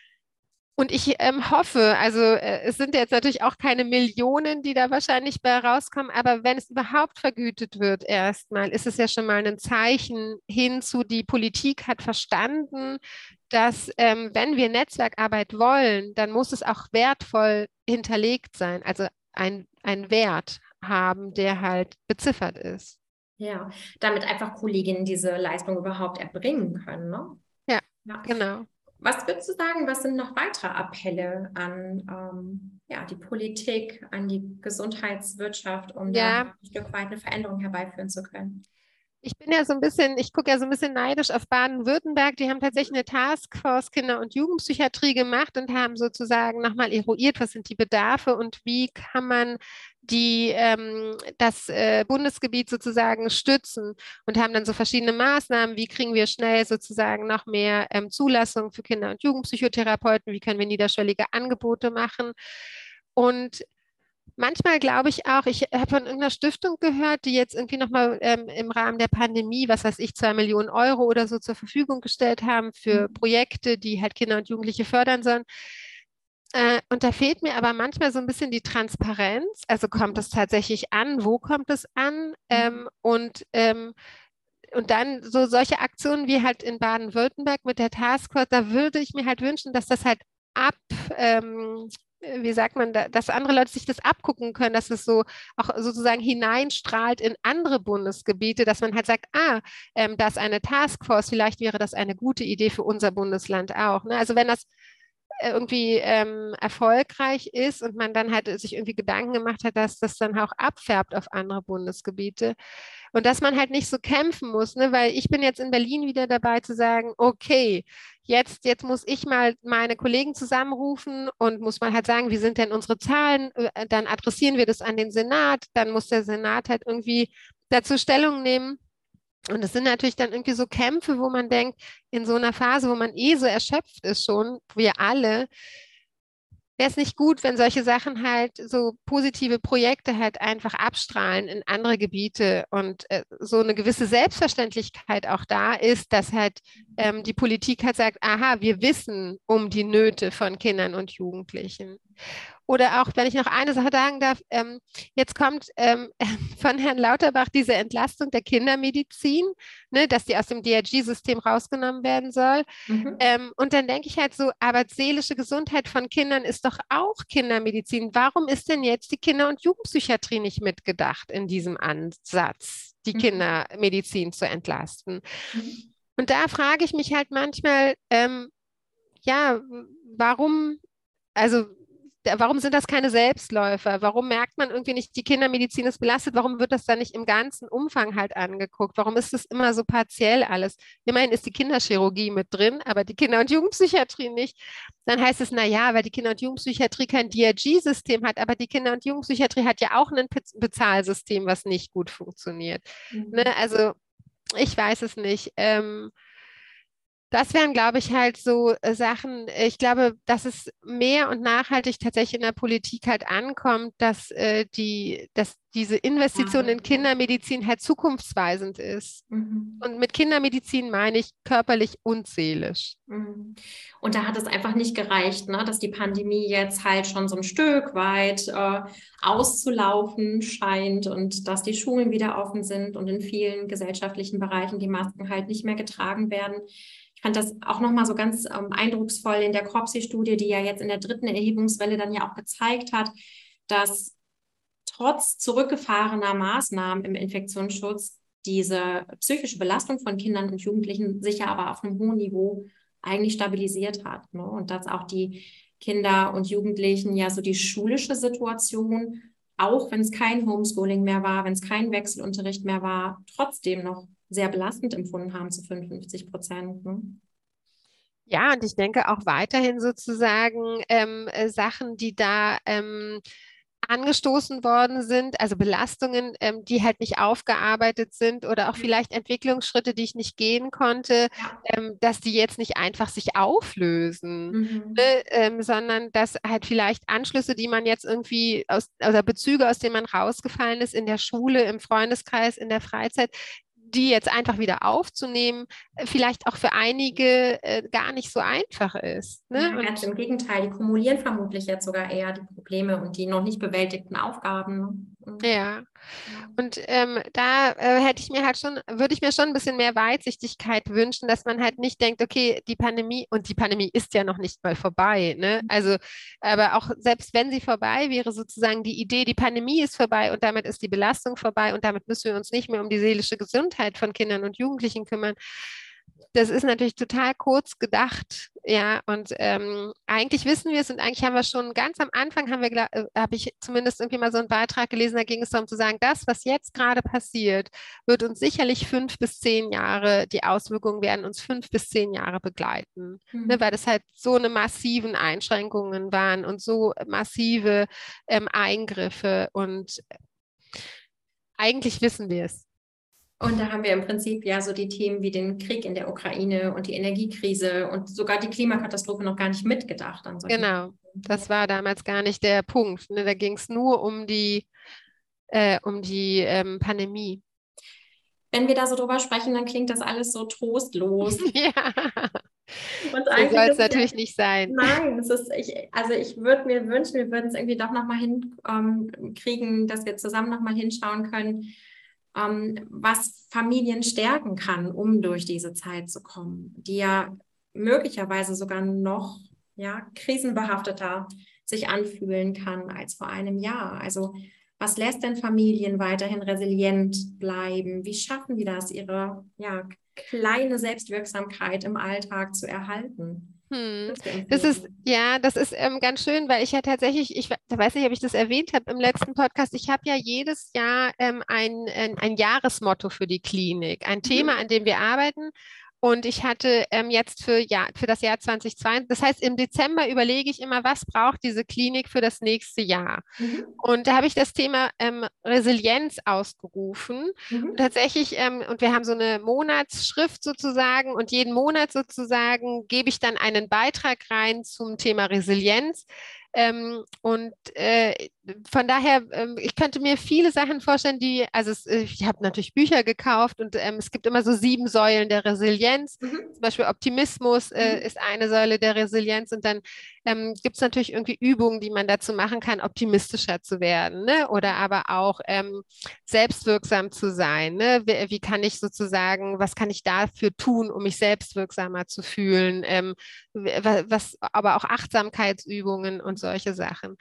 Speaker 2: Und ich ähm, hoffe, also äh, es sind jetzt natürlich auch keine Millionen, die da wahrscheinlich bei rauskommen, aber wenn es überhaupt vergütet wird erstmal, ist es ja schon mal ein Zeichen hinzu, die Politik hat verstanden, dass ähm, wenn wir Netzwerkarbeit wollen, dann muss es auch wertvoll hinterlegt sein, also ein, ein Wert haben, der halt beziffert ist.
Speaker 1: Ja, damit einfach Kolleginnen diese Leistung überhaupt erbringen können, ne?
Speaker 2: Ja,
Speaker 1: Ja.
Speaker 2: genau.
Speaker 1: Was würdest du sagen, was sind noch weitere Appelle an ähm, ja, die Politik, an die Gesundheitswirtschaft, um da
Speaker 2: Ja,
Speaker 1: ein Stück weit eine Veränderung herbeiführen zu können?
Speaker 2: ich bin ja so ein bisschen, ich gucke ja so ein bisschen neidisch auf Baden-Württemberg. Die haben tatsächlich eine Taskforce Kinder- und Jugendpsychiatrie gemacht und haben sozusagen nochmal eruiert, was sind die Bedarfe und wie kann man die, ähm, das äh, Bundesgebiet sozusagen stützen und haben dann so verschiedene Maßnahmen. Wie kriegen wir schnell sozusagen noch mehr ähm, Zulassung für Kinder- und Jugendpsychotherapeuten? Wie können wir niederschwellige Angebote machen? Und manchmal glaube ich auch, ich habe von irgendeiner Stiftung gehört, die jetzt irgendwie nochmal ähm, im Rahmen der Pandemie, was weiß ich, zwei Millionen Euro oder so zur Verfügung gestellt haben für
Speaker 1: Mhm.
Speaker 2: Projekte, die halt Kinder und Jugendliche fördern sollen. Äh, und da fehlt mir aber manchmal so ein bisschen die Transparenz. Also kommt es tatsächlich an? Wo kommt es an?
Speaker 1: Mhm.
Speaker 2: Ähm, und ähm, und dann so solche Aktionen wie halt in Baden-Württemberg mit der Taskforce, da würde ich mir halt wünschen, dass das halt ab, ähm, wie sagt man, da, dass andere Leute sich das abgucken können, dass es so auch sozusagen hineinstrahlt in andere Bundesgebiete, dass man halt sagt, ah, ähm, da ist eine Taskforce, vielleicht wäre das eine gute Idee für unser Bundesland auch. Ne? Also wenn das irgendwie ähm, erfolgreich ist und man dann halt sich irgendwie Gedanken gemacht hat, dass das dann auch abfärbt auf andere Bundesgebiete und dass man halt nicht so kämpfen muss, ne? Weil ich bin jetzt in Berlin wieder dabei zu sagen, okay, jetzt, jetzt muss ich mal meine Kollegen zusammenrufen und muss mal halt sagen, wie sind denn unsere Zahlen? Äh, Dann adressieren wir das an den Senat, dann muss der Senat halt irgendwie dazu Stellung nehmen. Und es sind natürlich dann irgendwie so Kämpfe, wo man denkt, in so einer Phase, wo man eh so erschöpft ist schon, wir alle, wäre es nicht gut, wenn solche Sachen halt so positive Projekte halt einfach abstrahlen in andere Gebiete und äh, so eine gewisse Selbstverständlichkeit auch da ist, dass halt ähm, die Politik halt sagt, aha, wir wissen um die Nöte von Kindern und Jugendlichen. Oder auch, wenn ich noch eine Sache sagen darf, ähm, jetzt kommt ähm, von Herrn Lauterbach diese Entlastung der Kindermedizin, ne, dass die aus dem D R G-System rausgenommen werden soll.
Speaker 1: Mhm.
Speaker 2: Ähm, und dann denke ich halt so, aber seelische Gesundheit von Kindern ist doch auch Kindermedizin. Warum ist denn jetzt die Kinder- und Jugendpsychiatrie nicht mitgedacht in diesem Ansatz, die
Speaker 1: Mhm.
Speaker 2: Kindermedizin zu entlasten?
Speaker 1: Mhm.
Speaker 2: Und da frage ich mich halt manchmal, ähm, ja, warum, also da- warum sind das keine Selbstläufer? Warum merkt man irgendwie nicht, die Kindermedizin ist belastet? Warum wird das dann nicht im ganzen Umfang halt angeguckt? Warum ist das immer so partiell alles? Immerhin ist die Kinderchirurgie mit drin, aber die Kinder- und Jugendpsychiatrie nicht. Dann heißt es, na ja, weil die Kinder- und Jugendpsychiatrie kein D R G-System hat, aber die Kinder- und Jugendpsychiatrie hat ja auch ein Pe- Bezahlsystem, was nicht gut funktioniert. Ne?
Speaker 1: Mhm.
Speaker 2: Also ich weiß es nicht. Ähm, das wären, glaube ich, halt so äh, Sachen. äh, Ich glaube, dass es mehr und nachhaltig tatsächlich in der Politik halt ankommt, dass äh, die, dass diese Investition in Kindermedizin halt zukunftsweisend ist.
Speaker 1: Mhm.
Speaker 2: Und mit Kindermedizin meine ich körperlich und seelisch.
Speaker 1: Mhm. Und da hat es einfach nicht gereicht, ne, dass die Pandemie jetzt halt schon so ein Stück weit äh, auszulaufen scheint und dass die Schulen wieder offen sind und in vielen gesellschaftlichen Bereichen die Masken halt nicht mehr getragen werden. Ich fand das auch nochmal so ganz ähm, eindrucksvoll in der Cropsey-Studie, die ja jetzt in der dritten Erhebungswelle dann ja auch gezeigt hat, dass trotz zurückgefahrener Maßnahmen im Infektionsschutz diese psychische Belastung von Kindern und Jugendlichen sich ja aber auf einem hohen Niveau eigentlich stabilisiert hat. Ne? Und dass auch die Kinder und Jugendlichen ja so die schulische Situation, auch wenn es kein Homeschooling mehr war, wenn es kein Wechselunterricht mehr war, trotzdem noch sehr belastend empfunden haben zu fünfundfünfzig Prozent. Ne?
Speaker 2: Ja, und ich denke auch weiterhin sozusagen ähm, äh, Sachen, die da ähm, angestoßen worden sind, also Belastungen, ähm, die halt nicht aufgearbeitet sind oder auch vielleicht Entwicklungsschritte, die ich nicht gehen konnte,
Speaker 1: Ja.
Speaker 2: ähm, dass die jetzt nicht einfach sich auflösen, ne,
Speaker 1: Mhm.
Speaker 2: ähm, sondern dass halt vielleicht Anschlüsse, die man jetzt irgendwie aus, oder Bezüge, aus denen man rausgefallen ist, in der Schule, im Freundeskreis, in der Freizeit, die jetzt einfach wieder aufzunehmen, äh, vielleicht auch für einige äh, gar nicht so einfach ist. Ne?
Speaker 1: Ja, ganz
Speaker 2: Und
Speaker 1: im Gegenteil, die kumulieren vermutlich jetzt sogar eher die Probleme und die noch nicht bewältigten Aufgaben. Ne? Mhm.
Speaker 2: ja,
Speaker 1: Ja.
Speaker 2: und ähm, da äh, hätte ich mir halt schon, würde ich mir schon ein bisschen mehr Weitsichtigkeit wünschen, dass man halt nicht denkt, okay, die Pandemie, und die Pandemie ist ja noch nicht mal vorbei, ne? Also, aber auch selbst wenn sie vorbei wäre, sozusagen die Idee, die Pandemie ist vorbei und damit ist die Belastung vorbei und damit müssen wir uns nicht mehr um die seelische Gesundheit von Kindern und Jugendlichen kümmern. Das ist natürlich total kurz gedacht, ja, und ähm, eigentlich wissen wir es und eigentlich haben wir schon ganz am Anfang haben wir, gla- äh, habe ich zumindest irgendwie mal so einen Beitrag gelesen, da ging es darum zu sagen, das, was jetzt gerade passiert, wird uns sicherlich fünf bis zehn Jahre, die Auswirkungen werden uns fünf bis zehn Jahre begleiten, ne, weil
Speaker 1: Mhm.
Speaker 2: das halt so eine massiven Einschränkungen waren und so massive ähm, Eingriffe und eigentlich wissen wir es.
Speaker 1: Und da haben wir im Prinzip ja so die Themen wie den Krieg in der Ukraine und die Energiekrise und sogar die Klimakatastrophe noch gar nicht mitgedacht an solchen
Speaker 2: Genau,
Speaker 1: Punkten. Ja.
Speaker 2: das war damals gar nicht der Punkt. Ne? Da ging es nur um die, äh, um die ähm, Pandemie.
Speaker 1: Wenn wir da so drüber sprechen, dann klingt das alles so trostlos.
Speaker 2: Ja,
Speaker 1: Und
Speaker 2: so soll
Speaker 1: eigentlich
Speaker 2: es
Speaker 1: ist es ja,
Speaker 2: natürlich nicht sein.
Speaker 1: nein, es ist, ich, also ich würde mir wünschen, wir würden es irgendwie doch nochmal hinkriegen, dass wir zusammen nochmal hinschauen können, ähm, was Familien stärken kann, um durch diese Zeit zu kommen, die ja möglicherweise sogar noch ja, krisenbehafteter sich anfühlen kann als vor einem Jahr. Also was lässt denn Familien weiterhin resilient bleiben? Wie schaffen die das, ihre ja, kleine Selbstwirksamkeit im Alltag zu erhalten?
Speaker 2: Hm.
Speaker 1: Was für
Speaker 2: Das ist,
Speaker 1: Empfehlungen?
Speaker 2: ja, das ist ähm, ganz schön, weil ich ja tatsächlich, ich we- weiß nicht, ob ich das erwähnt habe im letzten Podcast, ich habe ja jedes Jahr ähm, ein, ein, ein Jahresmotto für die Klinik, ein Thema,
Speaker 1: Mhm.
Speaker 2: an dem wir arbeiten. Und ich hatte ähm, jetzt für, ja, für das Jahr zwanzig zweiundzwanzig, das heißt, im Dezember überlege ich immer, was braucht diese Klinik für das nächste Jahr?
Speaker 1: Mhm.
Speaker 2: Und da habe ich das Thema ähm, Resilienz ausgerufen. Und
Speaker 1: Mhm.
Speaker 2: tatsächlich, ähm, und wir haben so eine Monatsschrift sozusagen und jeden Monat sozusagen gebe ich dann einen Beitrag rein zum Thema Resilienz. Ähm, und äh, von daher, ähm, ich könnte mir viele Sachen vorstellen, die, also es, äh, ich habe natürlich Bücher gekauft und ähm, es gibt immer so sieben Säulen der Resilienz.
Speaker 1: Mhm.
Speaker 2: Zum Beispiel Optimismus äh,
Speaker 1: Mhm.
Speaker 2: ist eine Säule der Resilienz und dann ähm, gibt es natürlich irgendwie Übungen, die man dazu machen kann, optimistischer zu werden, ne? Oder aber auch ähm, selbstwirksam zu sein. Ne? Wie, wie kann ich sozusagen, was kann ich dafür tun, um mich selbstwirksamer zu fühlen? Ähm, wa- was, aber auch Achtsamkeitsübungen und solche Sachen.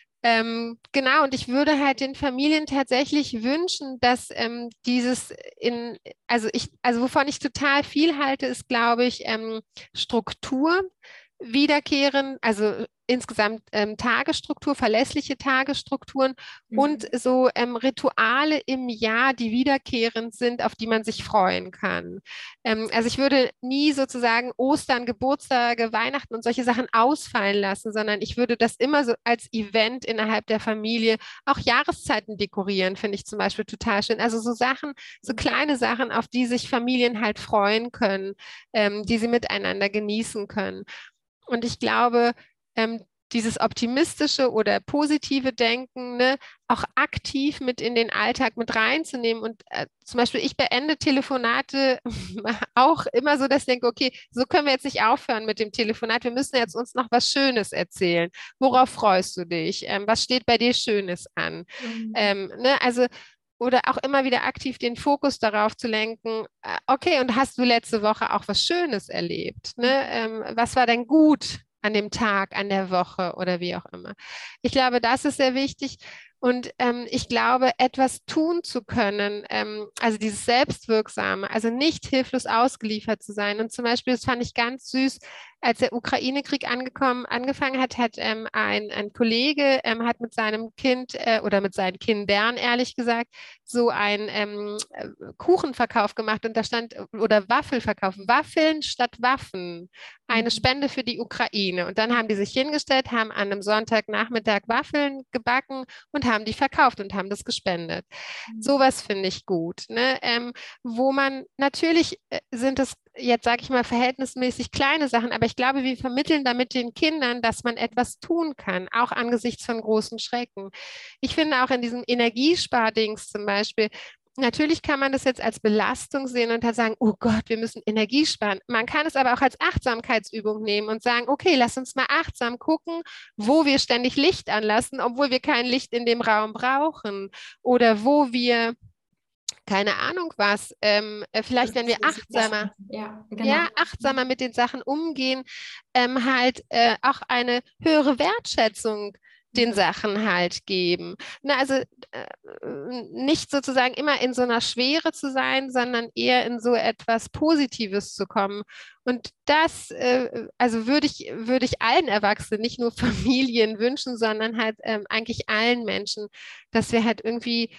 Speaker 2: Ähm, genau, und ich würde halt den Familien tatsächlich wünschen, dass ähm, dieses in, also ich, also wovon ich total viel halte, ist, glaube ich, ähm, Struktur wiederkehren, also insgesamt ähm, Tagesstruktur, verlässliche Tagesstrukturen und
Speaker 1: Mhm.
Speaker 2: so ähm, Rituale im Jahr, die wiederkehrend sind, auf die man sich freuen kann. Ähm, also ich würde nie sozusagen Ostern, Geburtstage, Weihnachten und solche Sachen ausfallen lassen, sondern ich würde das immer so als Event innerhalb der Familie, auch Jahreszeiten dekorieren, finde ich zum Beispiel total schön. Also so Sachen, so kleine Sachen, auf die sich Familien halt freuen können, ähm, die sie miteinander genießen können. Und ich glaube, ähm, dieses optimistische oder positive Denken, ne, auch aktiv mit in den Alltag mit reinzunehmen. Und äh, zum Beispiel, ich beende Telefonate auch immer so, dass ich denke, okay, so können wir jetzt nicht aufhören mit dem Telefonat. Wir müssen jetzt uns noch was Schönes erzählen. Worauf freust du dich? Ähm, was steht bei dir Schönes an?
Speaker 1: Mhm.
Speaker 2: Ähm, ne, also oder auch immer wieder aktiv den Fokus darauf zu lenken, äh, okay, und hast du letzte Woche auch was Schönes erlebt? Ne? Ähm, was war denn gut an dem Tag, an der Woche oder wie auch immer? Ich glaube, das ist sehr wichtig. Und ähm, ich glaube, etwas tun zu können, ähm, also dieses Selbstwirksame, also nicht hilflos ausgeliefert zu sein. Und zum Beispiel, das fand ich ganz süß, als der Ukraine-Krieg angekommen, angefangen hat, hat ähm, ein, ein Kollege ähm, hat mit seinem Kind äh, oder mit seinen Kindern, ehrlich gesagt, so ein ähm, äh, Kuchenverkauf gemacht und da stand, oder Waffelverkauf, Waffeln statt Waffen, eine
Speaker 1: Mhm.
Speaker 2: Spende für die Ukraine. Und dann haben die sich hingestellt, haben an einem Sonntagnachmittag Waffeln gebacken und haben die verkauft und haben das gespendet. Sowas finde ich gut, ne? Ähm, wo man natürlich äh, sind es jetzt, sage ich mal, verhältnismäßig kleine Sachen, aber ich glaube, wir vermitteln damit den Kindern, dass man etwas tun kann, auch angesichts von großen Schrecken. Ich finde auch in diesem Energiespardings zum Beispiel, natürlich kann man das jetzt als Belastung sehen und halt sagen, oh Gott, wir müssen Energie sparen. Man kann es aber auch als Achtsamkeitsübung nehmen und sagen, okay, lass uns mal achtsam gucken, wo wir ständig Licht anlassen, obwohl wir kein Licht in dem Raum brauchen oder wo wir, keine Ahnung was, ähm, äh,
Speaker 1: Das
Speaker 2: vielleicht, wenn wir
Speaker 1: ist nicht
Speaker 2: achtsamer,
Speaker 1: verschwenden. Ja, genau.
Speaker 2: ja, achtsamer mit den Sachen umgehen, ähm, halt äh, auch eine höhere Wertschätzung den
Speaker 1: Mhm.
Speaker 2: Sachen halt geben. Na, also äh, nicht sozusagen immer in so einer Schwere zu sein, sondern eher in so etwas Positives zu kommen. Und das, äh, also würde ich, würde ich allen Erwachsenen, nicht nur Familien wünschen, sondern halt ähm, eigentlich allen Menschen, dass wir halt irgendwie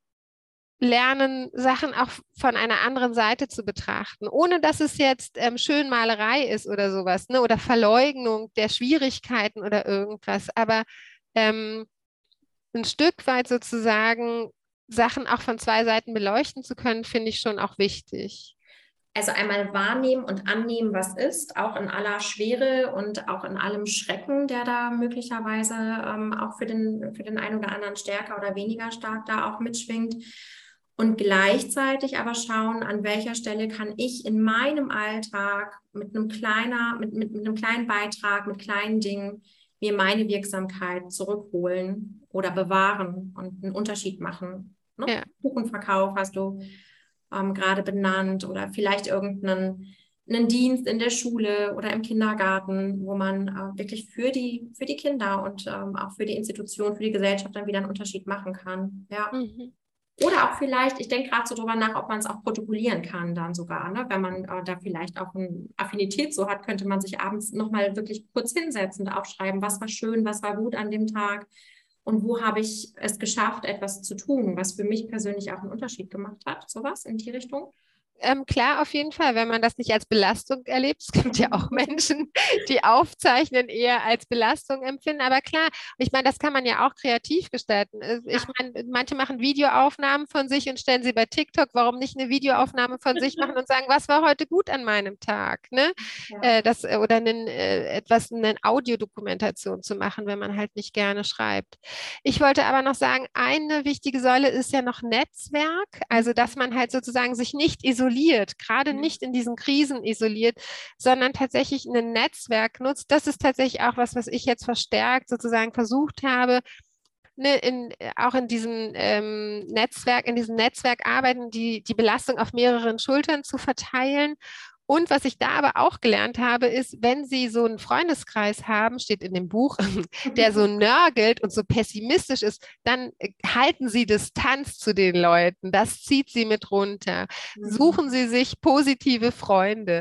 Speaker 2: lernen, Sachen auch von einer anderen Seite zu betrachten, ohne dass es jetzt ähm, Schönmalerei ist oder sowas, ne? Oder Verleugnung der Schwierigkeiten oder irgendwas. Aber ähm, ein Stück weit sozusagen Sachen auch von zwei Seiten beleuchten zu können, finde ich schon auch wichtig.
Speaker 1: Also einmal wahrnehmen und annehmen, was ist, auch in aller Schwere und auch in allem Schrecken, der da möglicherweise ähm, auch für den, für den einen oder anderen stärker oder weniger stark da auch mitschwingt. Und gleichzeitig aber schauen, an welcher Stelle kann ich in meinem Alltag mit einem kleiner, mit, mit, mit einem kleinen Beitrag, mit kleinen Dingen mir meine Wirksamkeit zurückholen oder bewahren und einen Unterschied machen. Ne?
Speaker 2: Ja.
Speaker 1: Kuchenverkauf hast du ähm, gerade benannt oder vielleicht irgendeinen einen Dienst in der Schule oder im Kindergarten, wo man äh, wirklich für die, für die Kinder und ähm, auch für die Institution, für die Gesellschaft dann wieder einen Unterschied machen kann. Ja.
Speaker 2: Mhm.
Speaker 1: Oder auch vielleicht, ich denke gerade so drüber nach, ob man es auch protokollieren kann dann sogar, ne? Wenn man äh, da vielleicht auch eine Affinität so hat, könnte man sich abends nochmal wirklich kurz hinsetzen und aufschreiben, was war schön, was war gut an dem Tag und wo habe ich es geschafft, etwas zu tun, was für mich persönlich auch einen Unterschied gemacht hat. Sowas in die Richtung.
Speaker 2: Ähm, klar, auf jeden Fall, wenn man das nicht als Belastung erlebt. Es gibt ja auch Menschen, die Aufzeichnen eher als Belastung empfinden. Aber klar, ich meine, das kann man ja auch kreativ gestalten. Äh, Ich
Speaker 1: Ja.
Speaker 2: meine, manche machen Videoaufnahmen von sich und stellen sie bei TikTok. Warum nicht eine Videoaufnahme von sich machen und sagen, was war heute gut an meinem Tag? Ne?
Speaker 1: Ja.
Speaker 2: Äh, das, äh, oder einen, äh, etwas, eine Audiodokumentation zu machen, wenn man halt nicht gerne schreibt. Ich wollte aber noch sagen, eine wichtige Säule ist ja noch Netzwerk, also dass man halt sozusagen sich nicht isoliert isoliert, gerade nicht in diesen Krisen isoliert, sondern tatsächlich ein Netzwerk nutzt. Das ist tatsächlich auch was, was ich jetzt verstärkt sozusagen versucht habe, ne, in, auch in diesem ähm, Netzwerk, in diesem Netzwerk arbeiten, die, die Belastung auf mehreren Schultern zu verteilen. Und was ich da aber auch gelernt habe, ist, wenn Sie so einen Freundeskreis haben, steht in dem Buch, der so nörgelt und so pessimistisch ist, dann äh, halten Sie Distanz zu den Leuten. Das zieht Sie mit runter.
Speaker 1: Mhm.
Speaker 2: Suchen Sie sich positive Freunde.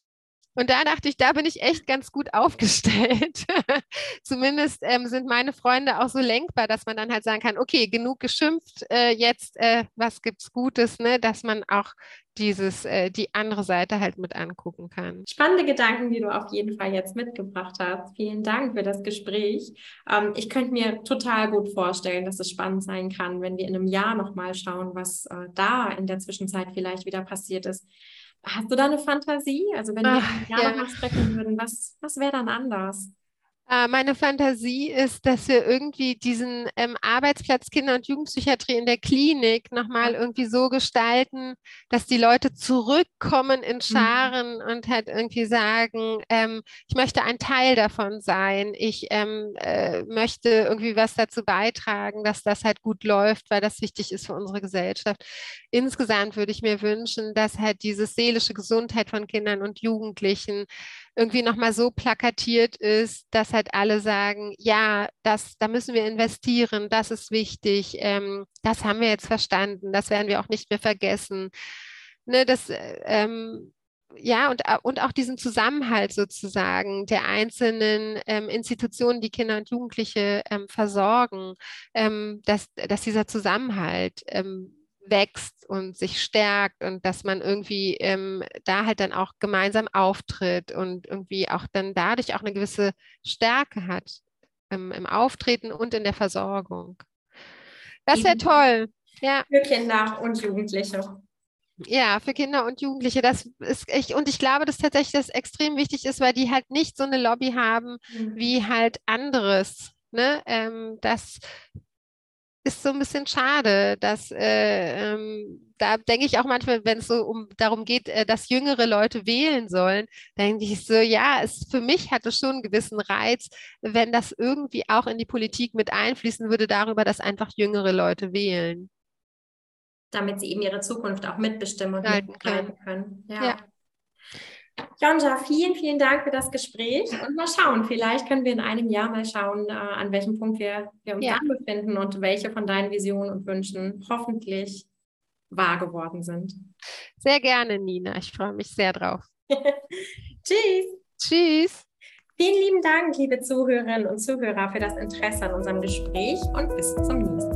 Speaker 2: Und da dachte ich, da bin ich echt ganz gut aufgestellt. Zumindest ähm, sind meine Freunde auch so lenkbar, dass man dann halt sagen kann, okay, genug geschimpft, äh, jetzt äh, was gibt's Gutes, ne? Dass man auch dieses, äh, die andere Seite halt mit angucken kann.
Speaker 1: Spannende Gedanken, die du auf jeden Fall jetzt mitgebracht hast. Vielen Dank für das Gespräch. Ähm, ich könnte mir total gut vorstellen, dass es spannend sein kann, wenn wir in einem Jahr nochmal schauen, was äh, da in der Zwischenzeit vielleicht wieder passiert ist. Hast du da eine Fantasie? Also wenn wir in
Speaker 2: Ach,
Speaker 1: einem Jahr
Speaker 2: ja.
Speaker 1: nochmal sprechen würden, was, was wäre dann anders?
Speaker 2: Äh, Meine Fantasie ist, dass wir irgendwie diesen ähm, Arbeitsplatz Kinder- und Jugendpsychiatrie in der Klinik nochmal
Speaker 1: Ja.
Speaker 2: irgendwie so gestalten, dass die Leute zurückkommen in
Speaker 1: Mhm.
Speaker 2: Scharen und halt irgendwie sagen, ähm, ich möchte ein Teil davon sein. Ich ähm, äh, möchte irgendwie was dazu beitragen, dass das halt gut läuft, weil das wichtig ist für unsere Gesellschaft. Insgesamt würde ich mir wünschen, dass halt diese seelische Gesundheit von Kindern und Jugendlichen irgendwie nochmal so plakatiert ist, dass halt alle sagen, ja, das, da müssen wir investieren, das ist wichtig, ähm, das haben wir jetzt verstanden, das werden wir auch nicht mehr vergessen. Ne, das, äh, ähm, ja, und, au- und auch diesen Zusammenhalt sozusagen der einzelnen ähm, Institutionen, die Kinder und Jugendliche ähm, versorgen, ähm, dass, dass dieser Zusammenhalt ähm, wächst und sich stärkt und dass man irgendwie ähm, da halt dann auch gemeinsam auftritt und irgendwie auch dann dadurch auch eine gewisse Stärke hat ähm, im Auftreten und in der Versorgung. Das wäre
Speaker 1: Eben.
Speaker 2: toll. Ja.
Speaker 1: Für Kinder und Jugendliche.
Speaker 2: Ja, für Kinder und Jugendliche, das ist ich, und ich glaube, dass tatsächlich das extrem wichtig ist, weil die halt nicht so eine Lobby haben
Speaker 1: Mhm.
Speaker 2: wie halt anderes. Ne? Ähm, das ist so ein bisschen schade, dass äh, ähm, da denke ich auch manchmal, wenn es so um darum geht, äh, dass jüngere Leute wählen sollen, denke ich so, ja, es für mich hat es schon einen gewissen Reiz, wenn das irgendwie auch in die Politik mit einfließen würde, darüber, dass einfach jüngere Leute wählen,
Speaker 1: Damit sie eben ihre Zukunft auch mitbestimmen und
Speaker 2: halten
Speaker 1: mitgestalten
Speaker 2: können.
Speaker 1: können.
Speaker 2: Ja.
Speaker 1: Ja. Janja, vielen, vielen Dank für das Gespräch und mal schauen, vielleicht können wir in einem Jahr mal schauen, äh, an welchem Punkt wir, wir uns
Speaker 2: Ja.
Speaker 1: dann befinden und welche von deinen Visionen und Wünschen hoffentlich wahr geworden sind.
Speaker 2: Sehr gerne, Nina. Ich freue mich sehr drauf.
Speaker 1: Tschüss!
Speaker 2: Tschüss.
Speaker 1: Vielen lieben Dank, liebe Zuhörerinnen und Zuhörer, für das Interesse an unserem Gespräch und bis zum nächsten Mal.